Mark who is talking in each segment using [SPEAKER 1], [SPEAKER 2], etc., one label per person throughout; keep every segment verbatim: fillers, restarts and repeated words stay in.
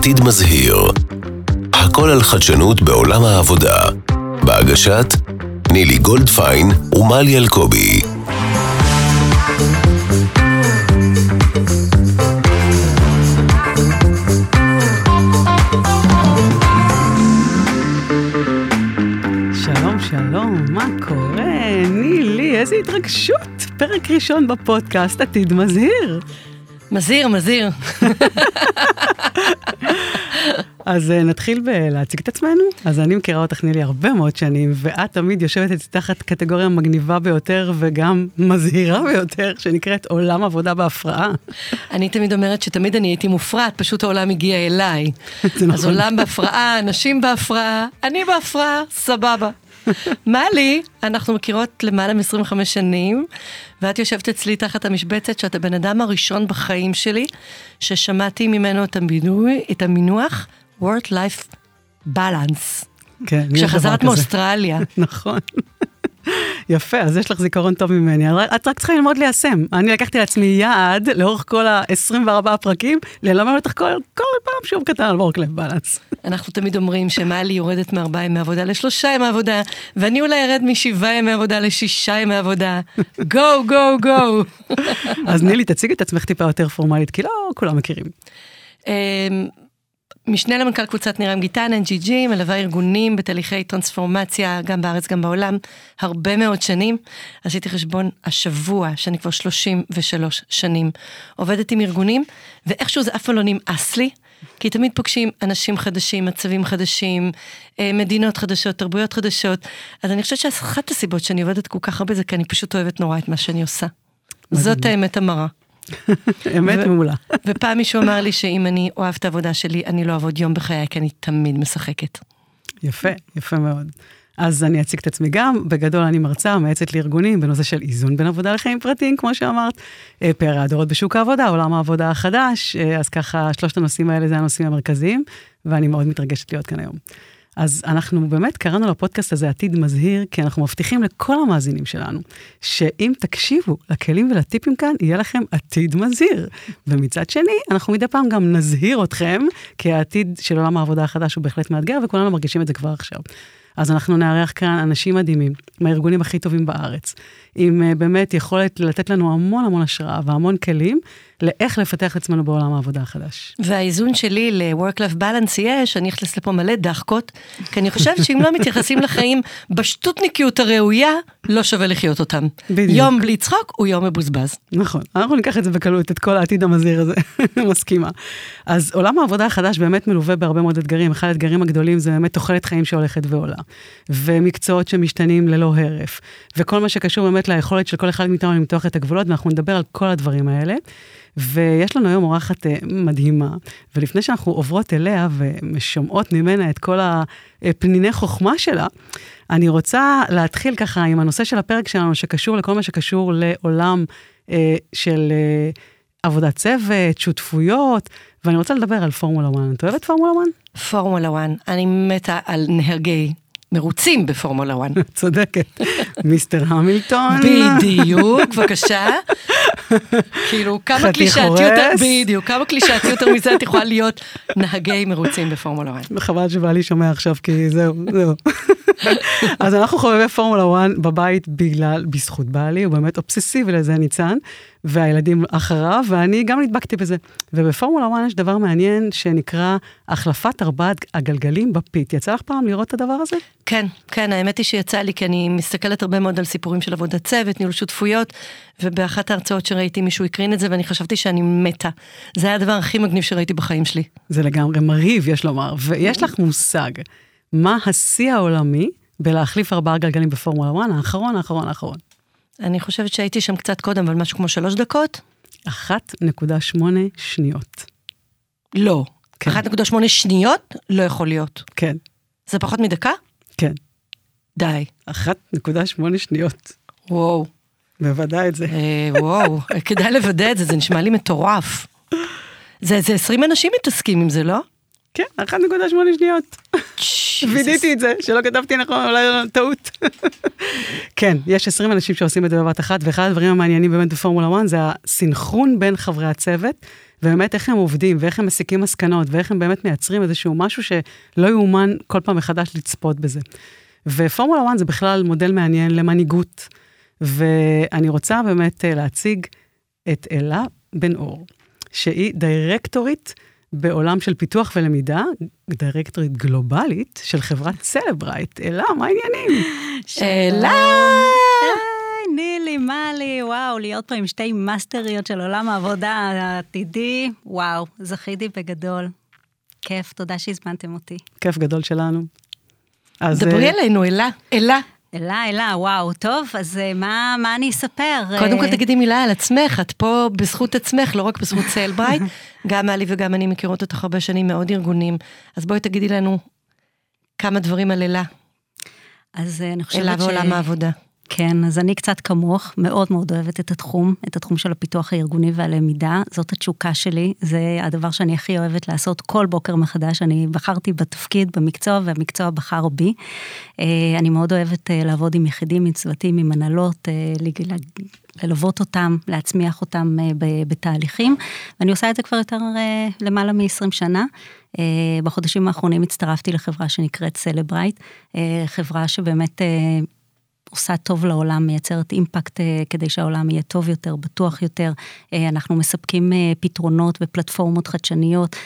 [SPEAKER 1] עתיד מזהיר. הכל על חדשנות בעולם העבודה. בהגשת נילי גולדפיין ומלי אלקובי.
[SPEAKER 2] שלום שלום, מה קורה? נילי, איזה התרגשות. פרק ראשון בפודקאסט עתיד מזהיר.
[SPEAKER 3] מזהיר, מזהיר.
[SPEAKER 2] אז נתחיל בלהציג את עצמנו. אז אני מכירה אותך נילי הרבה מאוד שנים, ואת תמיד יושבת אצלי תחת קטגוריה מגניבה ביותר, וגם מזהירה ביותר, שנקראת עולם עבודה בהפרעה.
[SPEAKER 3] אני תמיד אומרת שתמיד אני הייתי מופרעת, פשוט העולם הגיע אליי. אז עולם בהפרעה, אנשים בהפרעה, אני בהפרעה, סבבה. מלי, אנחנו מכירות למעלה מ-עשרים וחמש שנים, ואת יושבת אצלי תחת המשבצת שאת הבן אדם הראשון בחיים שלי, ששמעתי ממנו את המינוי, את המינוח Work-Life Balance.
[SPEAKER 2] כן,
[SPEAKER 3] כשחזרת מאוסטרליה.
[SPEAKER 2] נכון. יפה, אז יש לך זיכרון טוב ממני. את רק צריכה ללמוד ליישם. אני לקחתי לעצמי יעד, לאורך כל ה-עשרים וארבעה הפרקים, ללמד אותך כל, כל פעם שוב קטן על Work-Life Balance.
[SPEAKER 3] אנחנו תמיד אומרים שמלי יורדת מארבעה ימי עבודה לשלושה ימי עבודה, ואני אולי ארד משבעה ימי עבודה לשישה ימי עבודה. גו, גו, גו.
[SPEAKER 2] אז נילי, תציג את עצמך טיפה יותר פורמלית, כי לא כולם מכירים.
[SPEAKER 3] משנה למנכ"ל קבוצת נירם גיטן, אן ג'י ג'י, מלווה ארגונים בתהליכי טרנספורמציה, גם בארץ, גם בעולם, הרבה מאוד שנים. עשיתי חשבון השבוע, שאני כבר שלושים ושלוש שנים, עובדת עם ארגונים, ואיכשהו זה אף פעם לא נמאס לי, כי תמיד פוגשים אנשים חדשים, מצבים חדשים, מדינות חדשות, תרבויות חדשות. אז אני חושבת שאחת הסיבות שאני עובדת כל כך הרבה, זה כי אני פשוט אוהבת נורא את מה שאני עושה. זאת האמת המרה.
[SPEAKER 2] אמת מעולה.
[SPEAKER 3] ופעם מישהו אמר לי שאם אני אוהב את העבודה שלי, אני לא אעבוד יום בחיי, כי אני תמיד משחקת.
[SPEAKER 2] יפה, יפה מאוד. אז אני אציג את עצמי גם, בגדול אני מרצה, מייעצת לארגונים, בנושא של איזון בין עבודה לחיים פרטיים, כמו שאמרת, פערי הדורות בשוק העבודה, עולם העבודה החדש, אז ככה שלושת הנושאים האלה זה הנושאים המרכזיים, ואני מאוד מתרגשת להיות כאן היום. אז אנחנו באמת קראנו לפודקאסט הזה עתיד מזהיר, כי אנחנו מבטיחים לכל המאזינים שלנו, שאם תקשיבו לכלים ולטיפים כאן, יהיה לכם עתיד מזהיר. ומצד שני, אנחנו מדי פעם גם נזהיר אתכם, כי העתיד של עולם העבודה החדש הוא בהחלט מאתגר, וכולנו מרגישים את זה כבר עכשיו. אז אנחנו נארח כאן אנשים מדהימים, מהארגונים הכי טובים בארץ, עם באמת יכולת לתת לנו המון המון השראה והמון כלים, לאיך לפתח את עצמנו בעולם העבודה החדש.
[SPEAKER 3] והאיזון שלי ל-Work-Life Balance יהיה, שאני אכנס לפה מלא דחקות, כי אני חושבת שאם לא מתייחסים לחיים בשטותניקיות הראויה, לא שווה לחיות אותם. בדיוק. יום בלי צחוק הוא יום מבוזבז.
[SPEAKER 2] נכון, אנחנו ניקח את זה בקלות, את כל העתיד המזהיר הזה, מסכימה. אז עולם העבודה החדש באמת מלווה בהרבה מאוד אתגרים, אחד האתגרים הגדולים זה באמת תוחלת חיים שהולכת ועולה, ומקצועות שמשתנים ללא הרף, וכל מה שקשור באמת ליכולת של כל אחד מאיתנו למתוח את הגבולות, ואנחנו נדבר על כל הדברים האלה. ויש לנו היום אורחת מדהימה, ולפני שאנחנו עוברות אליה ומשומעות ממנה את כל הפניני חוכמה שלה, אני רוצה להתחיל ככה עם הנושא של הפרק שלנו, שקשור לכל מה שקשור לעולם אה, של אה, עבודת צוות, שותפויות, ואני רוצה לדבר על פורמולה אחת. את אוהבת פורמולה אחת?
[SPEAKER 3] פורמולה אחת, אני מתה על נהגי מרוצים בפורמולה אחת.
[SPEAKER 2] צודקת. מיסטר המילטון.
[SPEAKER 3] בדיוק, בבקשה. כאילו, כמה קלישאתי יותר, בדיוק, כמה קלישאתי יותר מזה, את יכולה להיות נהגי מרוצים בפורמולה אחת.
[SPEAKER 2] חבל שבעלי שומע עכשיו, כי זהו, זהו. אז אנחנו חובבי פורמולה אחת בבית בגלל, בזכות בעלי, הוא באמת אובססיבי לזה ניצן, והילדים אחריו, ואני גם נדבקתי בזה. ובפורמולה אחת יש דבר מעניין שנקרא החלפת ארבעת הגלגלים בפית. יצא לך פעם לראות את הדבר הזה?
[SPEAKER 3] כן, כן, האמת היא שיצא לי, כי אני מסתכלת הרבה מאוד על סיפורים של עבודת צוות, ניהול שותפויות, ובאחת ההרצאות שראיתי מישהו הקרין את זה, ואני חשבתי שאני מתה. זה היה הדבר הכי מגניב שראיתי בחיים שלי.
[SPEAKER 2] זה לגמרי מרהיב, יש לומר. ויש לך מושג, מה השיא העולמי בלהחליף ארבעה גלגלים בפורמולה אחת? האחרון, האחרון, האחרון.
[SPEAKER 3] אני חושבת שהייתי שם קצת קודם, אבל משהו כמו שלוש דקות?
[SPEAKER 2] אחת נקודה שמונה שניות.
[SPEAKER 3] לא. כן. אחת נקודה שמונה שניות? לא יכול להיות.
[SPEAKER 2] כן.
[SPEAKER 3] זה פחות מדקה?
[SPEAKER 2] כן.
[SPEAKER 3] די.
[SPEAKER 2] אחת נקודה שמונה שניות.
[SPEAKER 3] וואו.
[SPEAKER 2] בוודאי את זה.
[SPEAKER 3] אה, וואו. כדאי לוודא את זה, זה נשמע לי מטורף. זה, זה עשרים אנשים מתעסקים עם זה, לא?
[SPEAKER 2] כן, אחת נקודה שמונה שניות. וידיתי את זה, שלא כתבתי נכון, אולי טעות. כן, יש עשרים אנשים שעושים את זה בבת אחת, ואחד הדברים המעניינים באמת בפורמולה אחת, זה הסינכרון בין חברי הצוות, ובאמת איך הם עובדים, ואיך הם מסיקים מסקנות, ואיך הם באמת מייצרים איזשהו משהו שלא יאומן כל פעם מחדש לצפות בזה. ופורמולה אחת זה בכלל מודל מעניין למנהיגות, ואני רוצה באמת להציג את אלה בן אור, שהיא דירקטורית בעולם של פיתוח ולמידה, דירקטורית גלובלית של חברת סלברייט. אלה, מה העניינים?
[SPEAKER 3] שאלה!
[SPEAKER 4] נילי, מלי, וואו, להיות פה עם שתי מאסטריות של עולם העבודה העתידי, וואו, זכיתי בגדול. כיף, תודה שהזמנתם אותי.
[SPEAKER 2] כיף גדול שלנו.
[SPEAKER 3] דברי אלינו, אלה, אלה.
[SPEAKER 4] אלה, אלה, וואו, טוב, אז מה, מה אני אספר?
[SPEAKER 3] קודם כל תגידי מילה על עצמך, את פה בזכות עצמך, לא רק בזכות סלברייט, גם מלי וגם אני מכירות אותך הרבה שנים, מאוד ארגונים, אז בואי תגידי לנו כמה דברים על אלה.
[SPEAKER 4] אז אני חושבת
[SPEAKER 3] אלה ועולם העבודה.
[SPEAKER 4] כן, אז אני קצת כמוך, מאוד מאוד אוהבת את התחום, את התחום של הפיתוח הארגוני והלמידה, זאת התשוקה שלי, זה הדבר שאני הכי אוהבת לעשות כל בוקר מחדש, אני בחרתי בתפקיד, במקצוע, והמקצוע בחר בי. אני מאוד אוהבת לעבוד עם יחידים, עם צוותים, עם מנהלות, ללוות אותם, להצמיח אותם בתהליכים, ואני עושה את זה כבר יותר למעלה מ-עשרים שנה. בחודשים האחרונים הצטרפתי לחברה שנקראת סלברייט, חברה שבאמת עושה טוב לעולם, מייצרת אימפקט כדי שהעולם יהיה טוב יותר, בטוח יותר. אנחנו מספקים פתרונות ופלטפורמות חדשניות,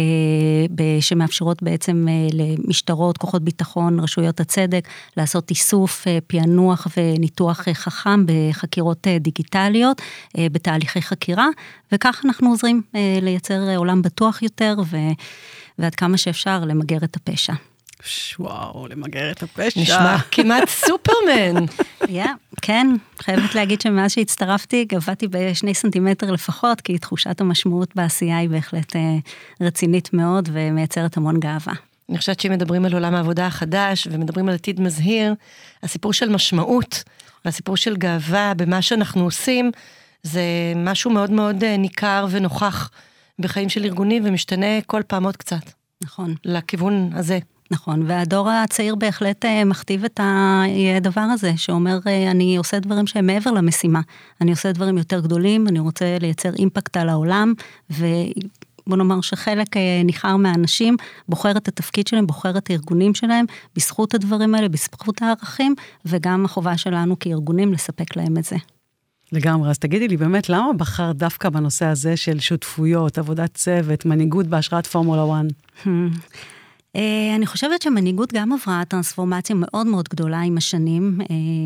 [SPEAKER 4] שמאפשרות בעצם למשטרות, כוחות ביטחון, רשויות הצדק, לעשות איסוף, פענוח וניתוח חכם בחקירות דיגיטליות, בתהליכי חקירה, וכך אנחנו עוזרים לייצר עולם בטוח יותר, ועד כמה שאפשר למגר את הפשע.
[SPEAKER 2] וואו, למגר את הפשע.
[SPEAKER 3] נשמע כמעט סופרמן.
[SPEAKER 4] יא, כן, חייבת להגיד שמאז שהצטרפתי, גבעתי בשני סנטימטר לפחות, כי תחושת המשמעות בעשייה היא בהחלט רצינית מאוד, ומייצרת המון גאווה.
[SPEAKER 3] אני חושבת שאם מדברים על עולם העבודה החדש, ומדברים על עתיד מזהיר, הסיפור של משמעות, והסיפור של גאווה במה שאנחנו עושים, זה משהו מאוד מאוד ניכר ונוכח בחיים של ארגונים, ומשתנה כל פעם עוד קצת.
[SPEAKER 4] נכון.
[SPEAKER 3] לכיוון הזה.
[SPEAKER 4] נכון, והדור הצעיר בהחלט מכתיב את הדבר הזה, שאומר, אני עושה דברים שהם מעבר למשימה, אני עושה דברים יותר גדולים, אני רוצה לייצר אימפקט על העולם, ובוא נאמר שחלק ניחר מהאנשים, בוחר את התפקיד שלהם, בוחר את הארגונים שלהם, בזכות הדברים האלה, בזכות הערכים, וגם החובה שלנו כארגונים לספק להם את זה.
[SPEAKER 2] לגמרי, אז תגידי לי באמת, למה בחר דווקא בנושא הזה של שותפויות, עבודת צוות, מנהיגות בהשראת פורמולה אחת?
[SPEAKER 4] אני חושבת שמנהיגות גם עברה טרנספורמציה מאוד מאוד גדולה עם השנים.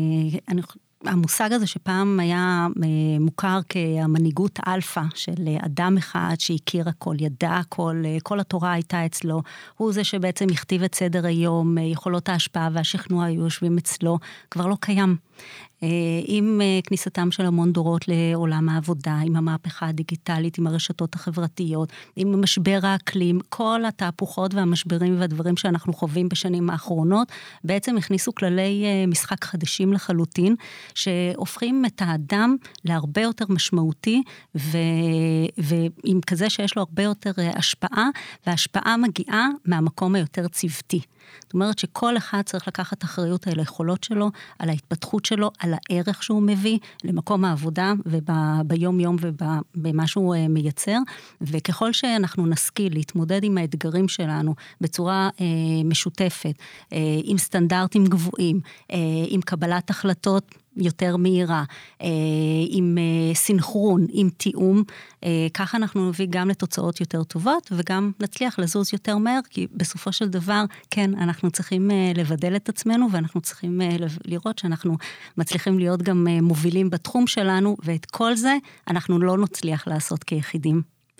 [SPEAKER 4] המושג הזה שפעם היה מוכר כמנהיגות אלפא של אדם אחד שהכיר הכל, ידע הכל, כל התורה הייתה אצלו, הוא זה שבעצם הכתיב את סדר היום, יכולות ההשפעה והשכנוע היו יושבים אצלו, כבר לא קיים. עם כניסתם של המון דורות לעולם העבודה, עם המהפכה הדיגיטלית, עם הרשתות החברתיות, עם משבר האקלים, כל התהפוכות והמשברים והדברים שאנחנו חווים בשנים האחרונות, בעצם הכניסו כללי משחק חדשים לחלוטין, שהופכים את האדם להרבה יותר משמעותי, ו... ועם כזה שיש לו הרבה יותר השפעה, וההשפעה מגיעה מהמקום היותר צוותי. זאת אומרת שכל אחד צריך לקחת אחריות על היכולות שלו, על ההתפתחות שלו, על הערך שהוא מביא למקום העבודה וביום יום ובמה שהוא מייצר, וככל שאנחנו נשכיל להתמודד עם האתגרים שלנו בצורה אה, משותפת, אה, עם סטנדרטים גבוהים, אה, עם קבלת החלטות יותר מהירה, עם סינכרון, עם תיאום, ככה אנחנו נביא גם לתוצאות יותר טובות, וגם נצליח לזוז יותר מהר, כי בסופו של דבר, כן, אנחנו צריכים לבדל את עצמנו, ואנחנו צריכים לראות שאנחנו מצליחים להיות גם מובילים בתחום שלנו, ואת כל זה אנחנו לא נצליח לעשות כיחידים.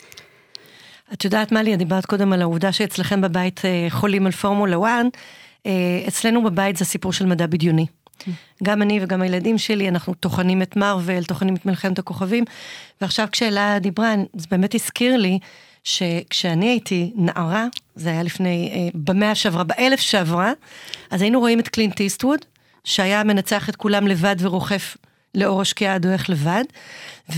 [SPEAKER 3] את יודעת מה לי, דיברת קודם על העובדה שאצלכם בבית חולים על פורמולה אחת, אצלנו בבית זה סיפור של מדע בדיוני. גם אני וגם הילדים שלי, אנחנו תוכנים את מרוול, תוכנים את מלחמת הכוכבים, ועכשיו כשאלה דיברה, זה באמת הזכיר לי, שכשאני הייתי נערה, זה היה לפני, במאה שעברה, באלף שעברה, אז היינו רואים את קלינט איסטווד, שהיה מנצח את כולם לבד ורוחף לאור השקיעה הדורך לבד,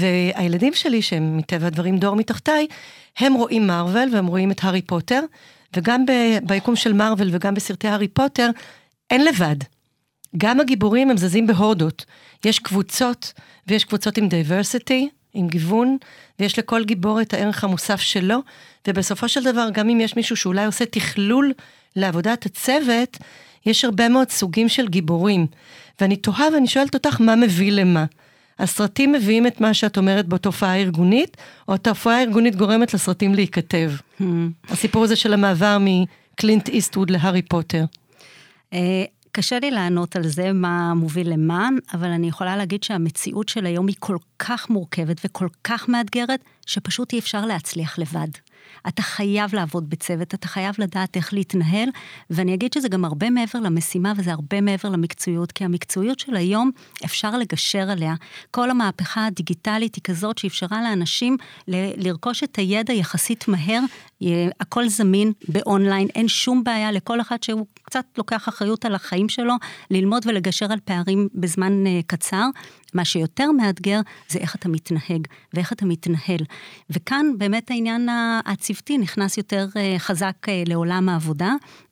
[SPEAKER 3] והילדים שלי, שהם מטבע הדברים דור מתחתיי, הם רואים מרוול, והם רואים את הארי פוטר, וגם ב- ביקום של מרוול וגם בסרטי הארי פוטר, אין לבד. גם הגיבורים הם זזים בהודות. יש קבוצות, ויש קבוצות עם דייברסיטי, עם גיוון, ויש לכל גיבור את הערך המוסף שלו, ובסופו של דבר, גם אם יש מישהו שאולי עושה תכלול לעבודת הצוות, יש הרבה מאוד סוגים של גיבורים. ואני תוהה ואני שואלת אותך, מה מביא למה? הסרטים מביאים את מה שאת אומרת בתופעה הארגונית, או התופעה הארגונית גורמת לסרטים להיכתב? Hmm. הסיפור הזה של המעבר מקלינט איסטווד להארי פוטר.
[SPEAKER 4] קשה לי לענות על זה מה מוביל למה, אבל אני יכולה להגיד שהמציאות של היום היא כל כך מורכבת וכל כך מאתגרת, שפשוט אי אפשר להצליח לבד. אתה חייב לעבוד בצוות, אתה חייב לדעת איך להתנהל, ואני אגיד שזה גם הרבה מעבר למשימה, וזה הרבה מעבר למקצועיות, כי המקצועיות של היום אפשר לגשר עליה. כל המהפכה הדיגיטלית היא כזאת שאפשרה לאנשים ל- לרכוש את הידע יחסית מהר, הכל זמין באונליין, אין שום בעיה לכל אחד שהוא קצת לוקח אחריות על החיים שלו, ללמוד ולגשר על פערים בזמן קצר. מה שיותר מאתגר זה איך אתה מתנהג ואיך אתה מתנהל. וכאן באמת העניין הצוותי נכנס יותר חזק לעולם העבודה,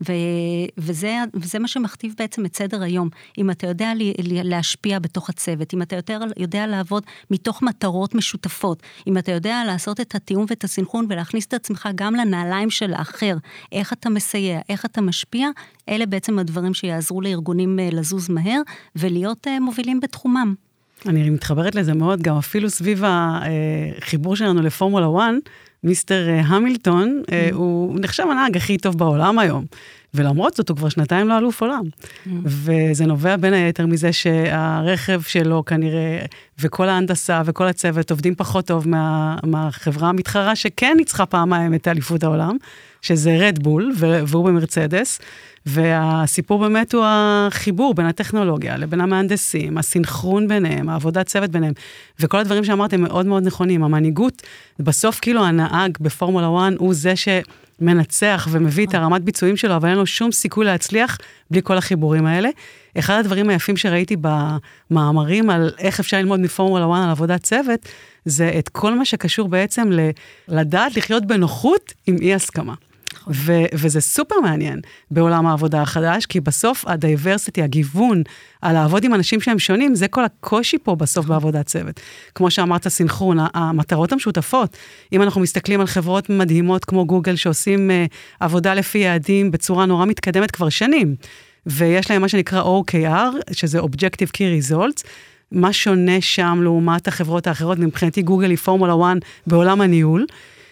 [SPEAKER 4] וזה, וזה מה שמכתיב בעצם את סדר היום. אם אתה יודע להשפיע בתוך הצוות, אם אתה יותר יודע לעבוד מתוך מטרות משותפות, אם אתה יודע לעשות את התיאום ואת הסנכרון ולהכניס את עצמך גם לנעליים של האחר, איך אתה מסייע, איך אתה משפיע, אלה בעצם הדברים שיעזרו לארגונים לזוז מהר ולהיות מובילים בתחומם.
[SPEAKER 2] אני מתחברת לזה מאוד, גם אפילו סביב החיבור שלנו לפורמולה אחת, מיסטר המילטון, הוא נחשב הנהג הכי טוב בעולם היום, ולמרות זאת הוא כבר שנתיים לא אלוף עולם. וזה נובע בין היתר מזה שהרכב שלו כנראה, וכל ההנדסה וכל הצוות עובדים פחות טוב מה, מהחברה המתחרה, שכן ניצחה פעמיים את אליפות העולם, שזה רדבול, והוא במרצדס, והסיפור באמת הוא החיבור בין הטכנולוגיה לבין המהנדסים, הסינכרון ביניהם, העבודת צוות ביניהם, וכל הדברים שאמרתם מאוד מאוד נכונים. המנהיגות, בסוף כאילו הנהג בפורמולה אחת הוא זה שמנצח ומביא את הרמת ביצועים שלו, אבל אין לו שום סיכוי להצליח בלי כל החיבורים האלה. אחד הדברים היפים שראיתי במאמרים על איך אפשר ללמוד מפורמולה אחת על עבודת צוות, זה את כל מה שקשור בעצם לדעת לחיות בנוחות עם אי הסכמה. ו- וזה סופר מעניין בעולם העבודה החדש, כי בסוף הדייברסיטי, הגיוון, על לעבוד עם אנשים שהם שונים, זה כל הקושי פה בסוף בעבודת צוות. כמו שאמרת, סינכרון, המטרות המשותפות. אם אנחנו מסתכלים על חברות מדהימות כמו גוגל, שעושים uh, עבודה לפי יעדים בצורה נורא מתקדמת כבר שנים, ויש להם מה שנקרא או קיי אר, שזה Objective Key Results, מה שונה שם לעומת החברות האחרות, מבחינתי גוגל היא פורמולה אחת בעולם הניהול,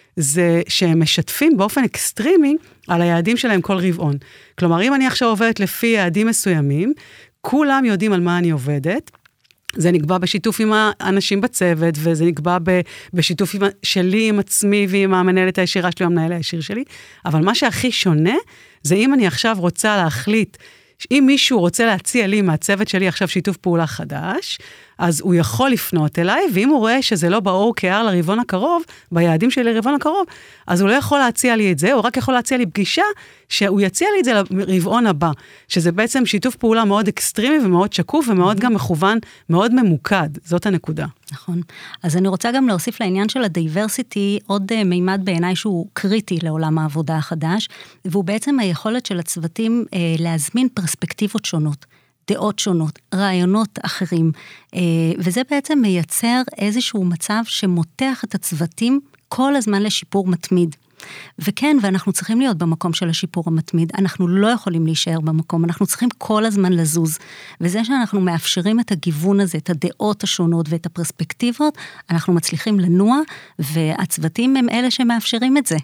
[SPEAKER 2] זה שהם משתפים באופן אקסטרימי על היעדים שלהם כל רבעון. כלומר, אם אני עכשיו עובדת לפי יעדים מסוימים, כולם יודעים על מה אני עובדת, זה נקבע בשיתוף עם האנשים בצוות, וזה נקבע ב, בשיתוף עם, שלי עם עצמי ועם המנהלת הישירה שלי, המנהל הישיר שלי, אבל מה שהכי שונה, זה אם אני עכשיו רוצה להחליט, אם מישהו רוצה להציע לי מהצוות שלי עכשיו שיתוף פעולה חדש, אז הוא יכול לפנות אליי, ואם הוא רואה שזה לא ב-או קיי אר לרבעון הקרוב, ביעדים שלי לרבעון הקרוב, אז הוא לא יכול להציע לי את זה, הוא רק יכול להציע לי פגישה, שהוא יציע לי את זה לרבעון הבא, שזה בעצם שיתוף פעולה מאוד אקסטרימי ומאוד שקוף, ומאוד גם מכוון, מאוד ממוקד, זאת הנקודה.
[SPEAKER 4] נכון. אז אני רוצה גם להוסיף לעניין של הדייברסיטי, עוד מימד בעיניי שהוא קריטי לעולם העבודה החדש, והוא בעצם היכולת של הצוותים אה, להזמין פרספקטיבות שונות. דעות שונות, רעיונות אחרים, וזה בעצם מייצר איזשהו מצב שמותח את הצוותים כל הזמן לשיפור מתמיד. וכן, ואנחנו צריכים להיות במקום של השיפור המתמיד, אנחנו לא יכולים להישאר במקום, אנחנו צריכים כל הזמן לזוז, וזה שאנחנו מאפשרים את הגיוון הזה, את הדעות השונות ואת הפרספקטיבות, אנחנו מצליחים לנוע, והצוותים הם אלה שמאפשרים את זה.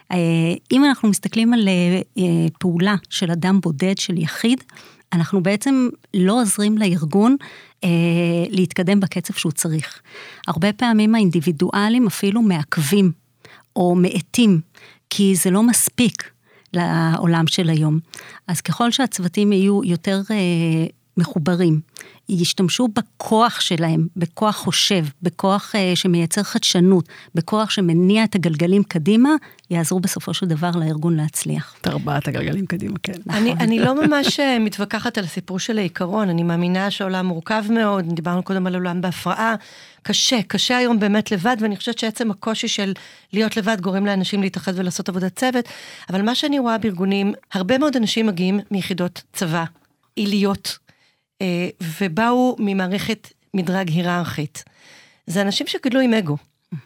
[SPEAKER 4] אם אנחנו מסתכלים על פעולה של אדם בודד, של יחיד, אנחנו בעצם לא עוזרים לארגון אה, להתקדם בקצב שהוא צריך. הרבה פעמים האינדיבידואלים אפילו מעכבים או מעטים, כי זה לא מספיק לעולם של היום. אז ככל שהצוותים יהיו יותר אה, מחוברים, ישתמשו בכוח שלהם, בכוח חושב, בכוח uh, שמייצר חדשנות, בכוח שמניע את הגלגלים קדימה, יעזרו בסופו של דבר לארגון להצליח.
[SPEAKER 2] את ארבעת הגלגלים קדימה, כן.
[SPEAKER 3] אני, אני לא ממש מתווכחת על הסיפור של העיקרון, אני מאמינה שהעולם מורכב מאוד, דיברנו קודם על עולם בהפרעה, קשה, קשה היום באמת לבד, ואני חושבת שעצם הקושי של להיות לבד גורם לאנשים להתאחד ולעשות עבודת צוות, אבל מה שאני רואה בארגונים, הרבה מאוד אנשים מגיעים מיחידות צבא, עיליות, ובאו ממערכת מדרג היררכית. זה אנשים שגדלו עם אגו.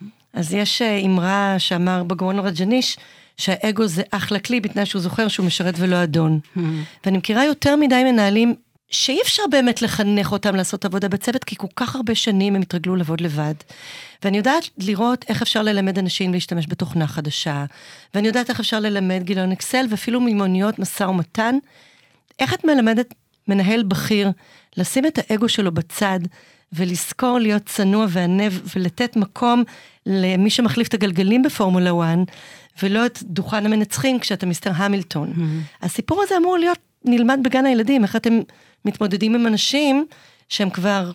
[SPEAKER 3] אז יש אמרה שאמר בגאון רג'ניש, שהאגו זה אחלה כלי, בתנאי שהוא זוכר שהוא משרת ולא אדון. ואני מכירה יותר מדי מנהלים, שאי אפשר באמת לחנך אותם לעשות עבודה בצוות, כי כל כך הרבה שנים הם התרגלו לעבוד לבד. ואני יודעת לראות איך אפשר ללמד אנשים להשתמש בתוכנה חדשה, ואני יודעת איך אפשר ללמד גיליון אקסל, ואפילו מימוניות משא ומתן. איך את מלמדת מנהל בכיר, לשים את האגו שלו בצד, ולזכור להיות צנוע וענב, ולתת מקום למי שמחליף את הגלגלים בפורמולה אחת, ולא את דוכן המנצחים כשאתה מיסטר המילטון. Mm-hmm. הסיפור הזה אמור להיות נלמד בגן הילדים, איך אתם מתמודדים עם אנשים שהם כבר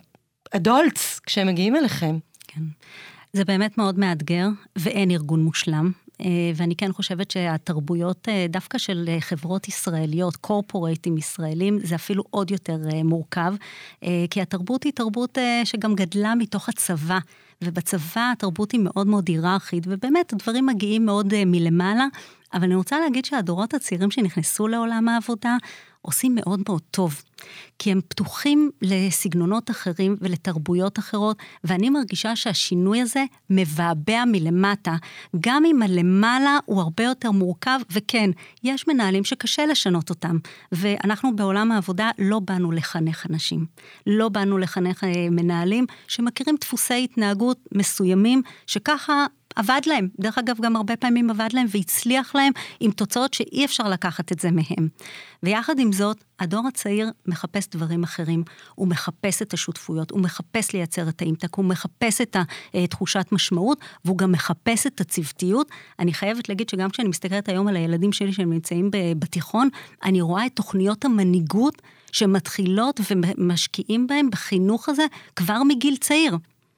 [SPEAKER 3] אדולטס כשהם מגיעים אליכם.
[SPEAKER 4] כן. זה באמת מאוד מאתגר, ואין ארגון מושלם. ואני כן חושבת שהתרבויות דווקא של חברות ישראליות, קורפורייטים ישראלים, זה אפילו עוד יותר מורכב, כי התרבות היא תרבות שגם גדלה מתוך הצבא, ובצבא התרבות היא מאוד מאוד היררכית, ובאמת הדברים מגיעים מאוד מלמעלה, אבל אני רוצה להגיד שהדורות הצעירים שנכנסו לעולם העבודה, עושים מאוד מאוד טוב, כי הם פתוחים לסגנונות אחרים ולתרבויות אחרות, ואני מרגישה שהשינוי הזה מבעבע מלמטה, גם אם הלמעלה הוא הרבה יותר מורכב, וכן, יש מנהלים שקשה לשנות אותם, ואנחנו בעולם העבודה לא באנו לחנך אנשים, לא באנו לחנך מנהלים שמכירים דפוסי התנהגות מסוימים, שככה עבד להם, דרך אגב גם הרבה פעמים עבד להם והצליח להם עם תוצאות שאי אפשר לקחת את זה מהם. ויחד עם זאת, הדור הצעיר מחפש דברים אחרים, הוא מחפש את השותפויות, הוא מחפש לייצר את האימתק, הוא מחפש את תחושת משמעות, והוא גם מחפש את הצוותיות. אני חייבת להגיד שגם כשאני מסתכלת היום על הילדים שלי שהם נמצאים בתיכון, אני רואה את תוכניות המנהיגות שמתחילות ומשקיעים בהם בחינוך הזה כבר מגיל צעיר.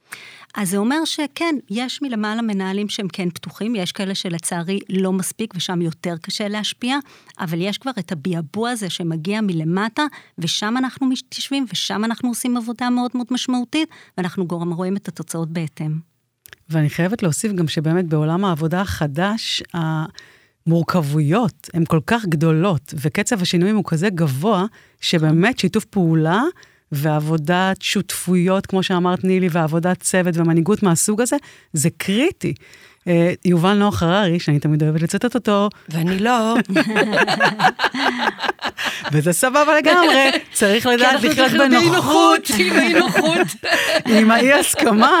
[SPEAKER 4] אז זה אומר שכן, יש מלמעלה מנהלים שהם כן פתוחים, יש כאלה שלצערי לא מספיק ושם יותר קשה להשפיע, אבל יש כבר את הביאבוע הזה שמגיע מלמטה, ושם אנחנו מתיישבים, ושם אנחנו עושים עבודה מאוד מאוד משמעותית, ואנחנו גם רואים את התוצאות בהתאם.
[SPEAKER 2] ואני חייבת להוסיף גם שבאמת בעולם העבודה החדש, המורכבויות הן כל כך גדולות, וקצב השינויים הוא כזה גבוה, שבאמת שיתוף פעולה, ועבודת שותפויות, כמו שאמרת נילי, ועבודת צוות ומנהיגות מהסוג הזה, זה קריטי. יובל נוח הררי, שאני תמיד אוהבת לצטט אותו.
[SPEAKER 3] ואני לא.
[SPEAKER 2] וזה סבבה לגמרי, צריך לדעת לחיות בנוחות. עם האי הסכמה.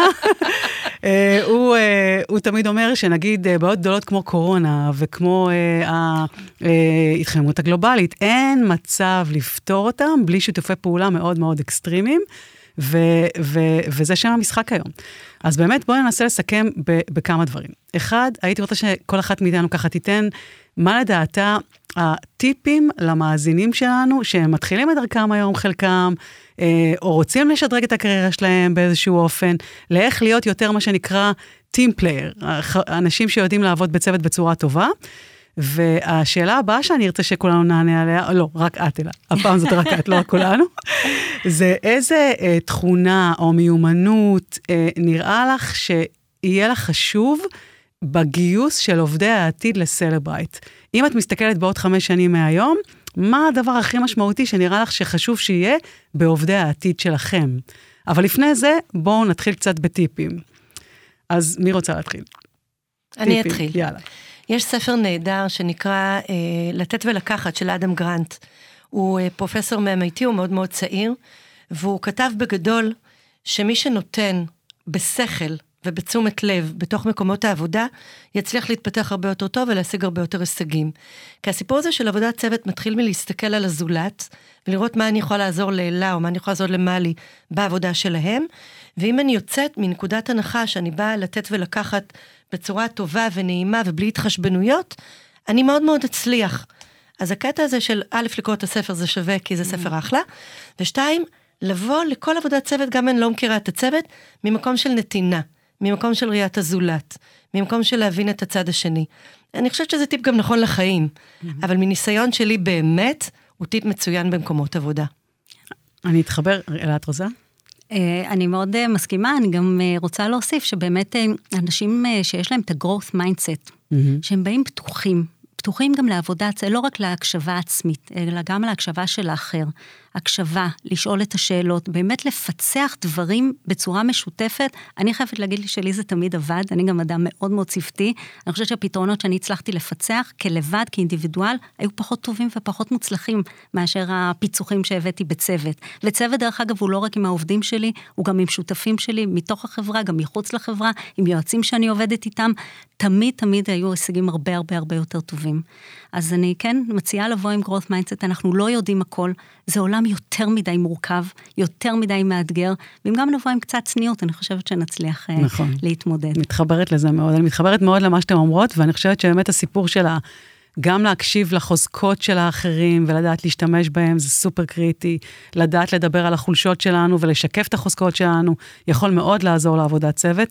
[SPEAKER 2] הוא תמיד אומר שנגיד בעיות גדולות כמו קורונה, וכמו ההתחממות הגלובלית, אין מצב לפתור אותם, בלי שיתופי פעולה מאוד מאוד אקסטרימיים, וזה שם המשחק היום. אז באמת בואו ננסה לסכם בכמה דברים. אחד, הייתי רוצה שכל אחת מאיתנו ככה תיתן, מה לדעתה הטיפים למאזינים שלנו, שהם מתחילים את דרכם היום חלקם, או רוצים לשדרג את הקריירה שלהם באיזשהו אופן, לאיך להיות יותר מה שנקרא טים פלייר, אנשים שיודעים לעבוד בצוות בצורה טובה, והשאלה הבאה שאני ארצה שכולנו נענה עליה, לא, רק את אלא, הפעם זאת רק את, לא רק כולנו, זה איזה אה, תכונה או מיומנות אה, נראה לך שיהיה לך חשוב בגיוס של עובדי העתיד לסלברייט. אם את מסתכלת בעוד חמש שנים מהיום, מה הדבר הכי משמעותי שנראה לך שחשוב שיהיה בעובדי העתיד שלכם? אבל לפני זה, בואו נתחיל קצת בטיפים. אז מי רוצה להתחיל?
[SPEAKER 3] אני
[SPEAKER 2] טיפים,
[SPEAKER 3] אתחיל.
[SPEAKER 2] יאללה.
[SPEAKER 3] יש ספר נהדר שנקרא אה, לתת ולקחת של אדם גרנט. הוא אה, פרופסור מ-אם איי טי, הוא מאוד מאוד צעיר, והוא כתב בגדול שמי שנותן בשכל ובתשומת לב בתוך מקומות העבודה, יצליח להתפתח הרבה יותר טוב ולהשיג הרבה יותר הישגים. כי הסיפור הזה של עבודת צוות מתחיל מלהסתכל על הזולת, ולראות מה אני יכולה לעזור לאלה, או מה אני יכולה לעזור למעלי בעבודה שלהם, ואם אני יוצאת מנקודת הנחה שאני באה לתת ולקחת בצורה טובה ונעימה ובלי התחשבנויות, אני מאוד מאוד אצליח. אז הקטע הזה של א', לקרוא את הספר זה שווה, כי זה ספר אחלה, ושתיים, לבוא לכל עבודת צוות, גם אני לא מכירה את הצוות, ממקום של נתינה, ממקום של ראיית הזולת, ממקום של להבין את הצד השני. אני חושבת שזה טיפ גם נכון לחיים, אבל מניסיון שלי באמת, הוא טיפ מצוין במקומות עבודה.
[SPEAKER 2] אני אתחבר, אלת רוזה?
[SPEAKER 4] אני מאוד מסכימה, אני גם רוצה להוסיף שבאמת אנשים שיש להם את ה-growth mindset, שהם באים פתוחים, פתוחים גם לעבודה, לא רק להקשבה עצמית, אלא גם להקשבה של האחר. הקשבה, לשאול את השאלות, באמת לפצח דברים בצורה משותפת. אני חייבת להגיד לי שלי זה תמיד עבד, אני גם אדם מאוד מאוד צוותי. אני חושבת שהפתרונות שאני הצלחתי לפצח כלבד, כאינדיבידואל, היו פחות טובים ופחות מוצלחים מאשר הפיצוחים שהבאתי בצוות. וצוות דרך אגב הוא לא רק עם העובדים שלי, הוא גם עם שותפים שלי, מתוך החברה, גם מחוץ לחברה, עם יועצים שאני עובדת איתם. תמיד תמיד היו הישגים הרבה הרבה הרבה יותר טובים. אז אני כן מציעה לבוא עם growth mindset, אנחנו לא יודעים הכל, זה עולם יותר מדי מורכב, יותר מדי מאתגר, ואם גם נבוא עם קצת צניעות, אני חושבת שנצליח נכון. להתמודד.
[SPEAKER 2] מתחברת לזה מאוד, אני מתחברת מאוד למה שאתם אומרות, ואני חושבת שבאמת הסיפור שלה, גם להקשיב לחוזקות של האחרים, ולדעת להשתמש בהם, זה סופר קריטי, לדעת לדבר על החולשות שלנו, ולשקף את החוזקות שלנו, יכול מאוד לעזור לעבודת צוות,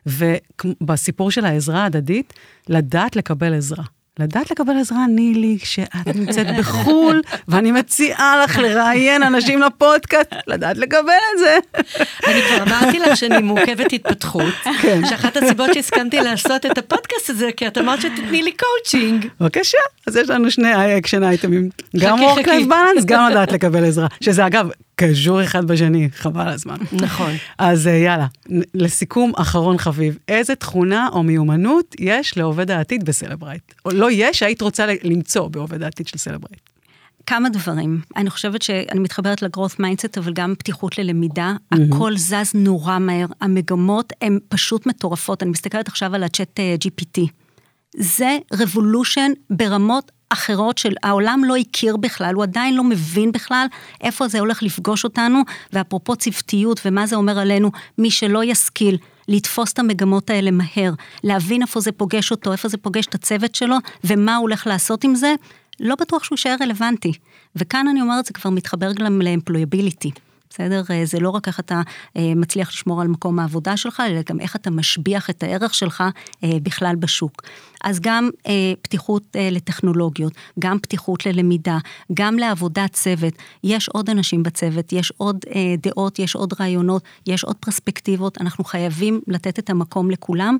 [SPEAKER 2] ובסיפור של העזרה ההדדית, לדעת לקבל עזרה. לדעת לקבל עזרה, נילי, שאת נמצאת בחול, ואני מציעה לך לראיין אנשים לפודקאסט, לדעת לקבל את זה.
[SPEAKER 3] אני כבר אמרתי לך שאני מורכבת התפתחות, שאחת הסיבות שהסכמתי לעשות את הפודקאסט הזה, כי את אמרת שתתני לי קואוצ'ינג.
[SPEAKER 2] בבקשה, אז יש לנו שני אקשן אייטמים, גם work life balance, גם לדעת לקבל עזרה, שזה אגב, קשור אחד בשני, חבל הזמן.
[SPEAKER 3] נכון.
[SPEAKER 2] אז יאללה, לסיכום אחרון חביב, איזה תכונה או מיומנות יש לעובד העתיד בסלברייט? או לא יש, היית רוצה למצוא בעובד העתיד של סלברייט?
[SPEAKER 4] כמה דברים. אני חושבת שאני מתחברת לגרוס מיינדסט, אבל גם פתיחות ללמידה. הכל זז נורא מהר. המגמות הן פשוט מטורפות. אני מסתכלת עכשיו על הצ'אט ג'י פי טי. זה רבולושן ברמות אחרות של העולם לא הכיר בכלל, הוא עדיין לא מבין בכלל איפה זה הולך לפגוש אותנו, ואפרופו צוותיות ומה זה אומר עלינו, מי שלא ישכיל לתפוס את המגמות האלה מהר, להבין איפה זה פוגש אותו, איפה זה פוגש את הצוות שלו, ומה הוא הולך לעשות עם זה, לא בטוח שהוא יישאר רלוונטי. וכאן אני אומרת, זה כבר מתחבר גם לאמפלויביליטי. בסדר? זה לא רק איך אתה מצליח לשמור על מקום העבודה שלך, אלא גם איך אתה משביח את הערך שלך בכלל בשוק. אז גם פתיחות לטכנולוגיות, גם פתיחות ללמידה, גם לעבודת צוות. יש עוד אנשים בצוות, יש עוד דעות, יש עוד רעיונות, יש עוד פרספקטיבות, אנחנו חייבים לתת את המקום לכולם.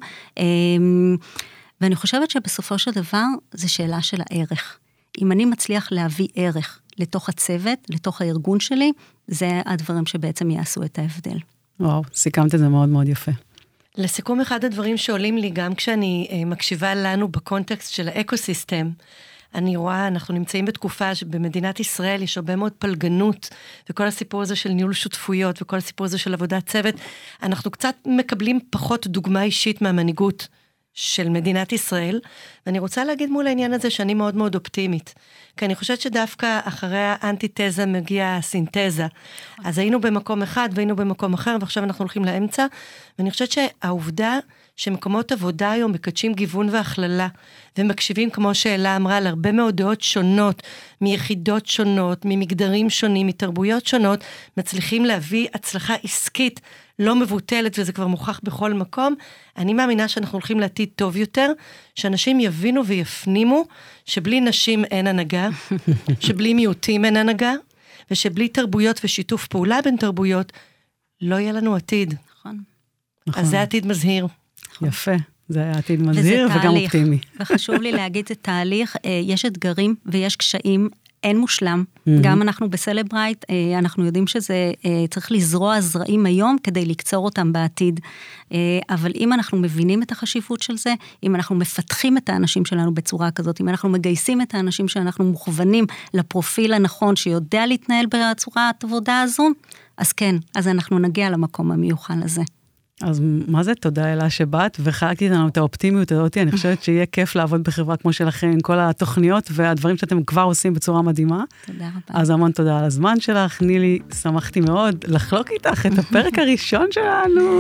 [SPEAKER 4] ואני חושבת שבסופו של דבר, זה שאלה של הערך. אם אני מצליח להביא ערך לתוך הצוות, לתוך הארגון שלי, זה הדברים שבעצם יעשו את ההבדל.
[SPEAKER 2] וואו, סיכמת את זה מאוד מאוד יפה.
[SPEAKER 3] לסיכום, אחד הדברים שעולים לי גם כשאני אה, מקשיבה לנו בקונטקסט של האקוסיסטם, אני רואה, אנחנו נמצאים בתקופה שבמדינת ישראל יש הרבה מאוד פלגנות, וכל הסיפור הזה של ניהול שותפויות, וכל הסיפור הזה של עבודת צוות, אנחנו קצת מקבלים פחות דוגמה אישית מהמנהיגות של מדינת ישראל, ואני רוצה להגיד מול העניין הזה שאני מאוד מאוד אופטימית, כי אני חושבת שדווקא אחרי האנטיתזה מגיעה הסינתזה, אז היינו במקום אחד והיינו במקום אחר, ועכשיו אנחנו הולכים לאמצע, ואני חושבת שהעובדה שמקומות עבודה היום מקדשים גיוון והכללה, ומקשיבים כמו שאלה אמרה, להרבה מאוד דעות שונות, מיחידות שונות, ממגדרים שונים, מתרבויות שונות, מצליחים להביא הצלחה עסקית לא מבוטלת, וזה כבר מוכח בכל מקום. אני מאמינה שאנחנו הולכים לעתיד טוב יותר, שאנשים יבינו ויפנימו, שבלי נשים אין הנהגה, שבלי מיעוטים אין הנהגה, ושבלי תרבויות ושיתוף פעולה בין תרבויות, לא יהיה לנו עתיד.
[SPEAKER 4] נכון.
[SPEAKER 3] אז זה עתיד מזהיר.
[SPEAKER 2] יפה. זה היה עתיד מזהיר וגם אופטימי.
[SPEAKER 4] וחשוב לי להגיד, זה תהליך, יש אתגרים ויש קשיים, אין מושלם. גם אנחנו בסלברייט, אנחנו יודעים שזה צריך לזרוע זרעים היום, כדי לקצור אותם בעתיד. אבל אם אנחנו מבינים את החשיבות של זה, אם אנחנו מפתחים את האנשים שלנו בצורה כזאת, אם אנחנו מגייסים את האנשים שאנחנו מוכוונים לפרופיל הנכון, שיודע להתנהל בצורת עבודה הזו, אז כן, אז אנחנו נגיע למקום המיוחל הזה.
[SPEAKER 2] אז מה זה? תודה אלה שבאת, וחלקתי לנו את האופטימיות הזאת, אני חושבת שיהיה כיף לעבוד בחברה כמו שלכם, עם כל התוכניות והדברים שאתם כבר עושים בצורה מדהימה.
[SPEAKER 4] תודה רבה.
[SPEAKER 2] אז המון תודה על הזמן שלך, נילי, שמחתי מאוד לחלוק איתך את הפרק הראשון שלנו.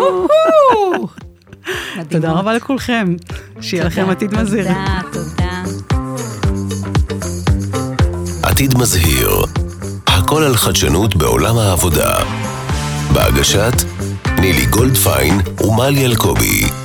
[SPEAKER 2] תודה רבה לכולכם, שיהיה לכם עתיד מזהיר.
[SPEAKER 4] תודה, תודה.
[SPEAKER 1] עתיד מזהיר. הכל על חדשנות בעולם העבודה. בהגשת נילי גולדפיין ומלי אלקובי.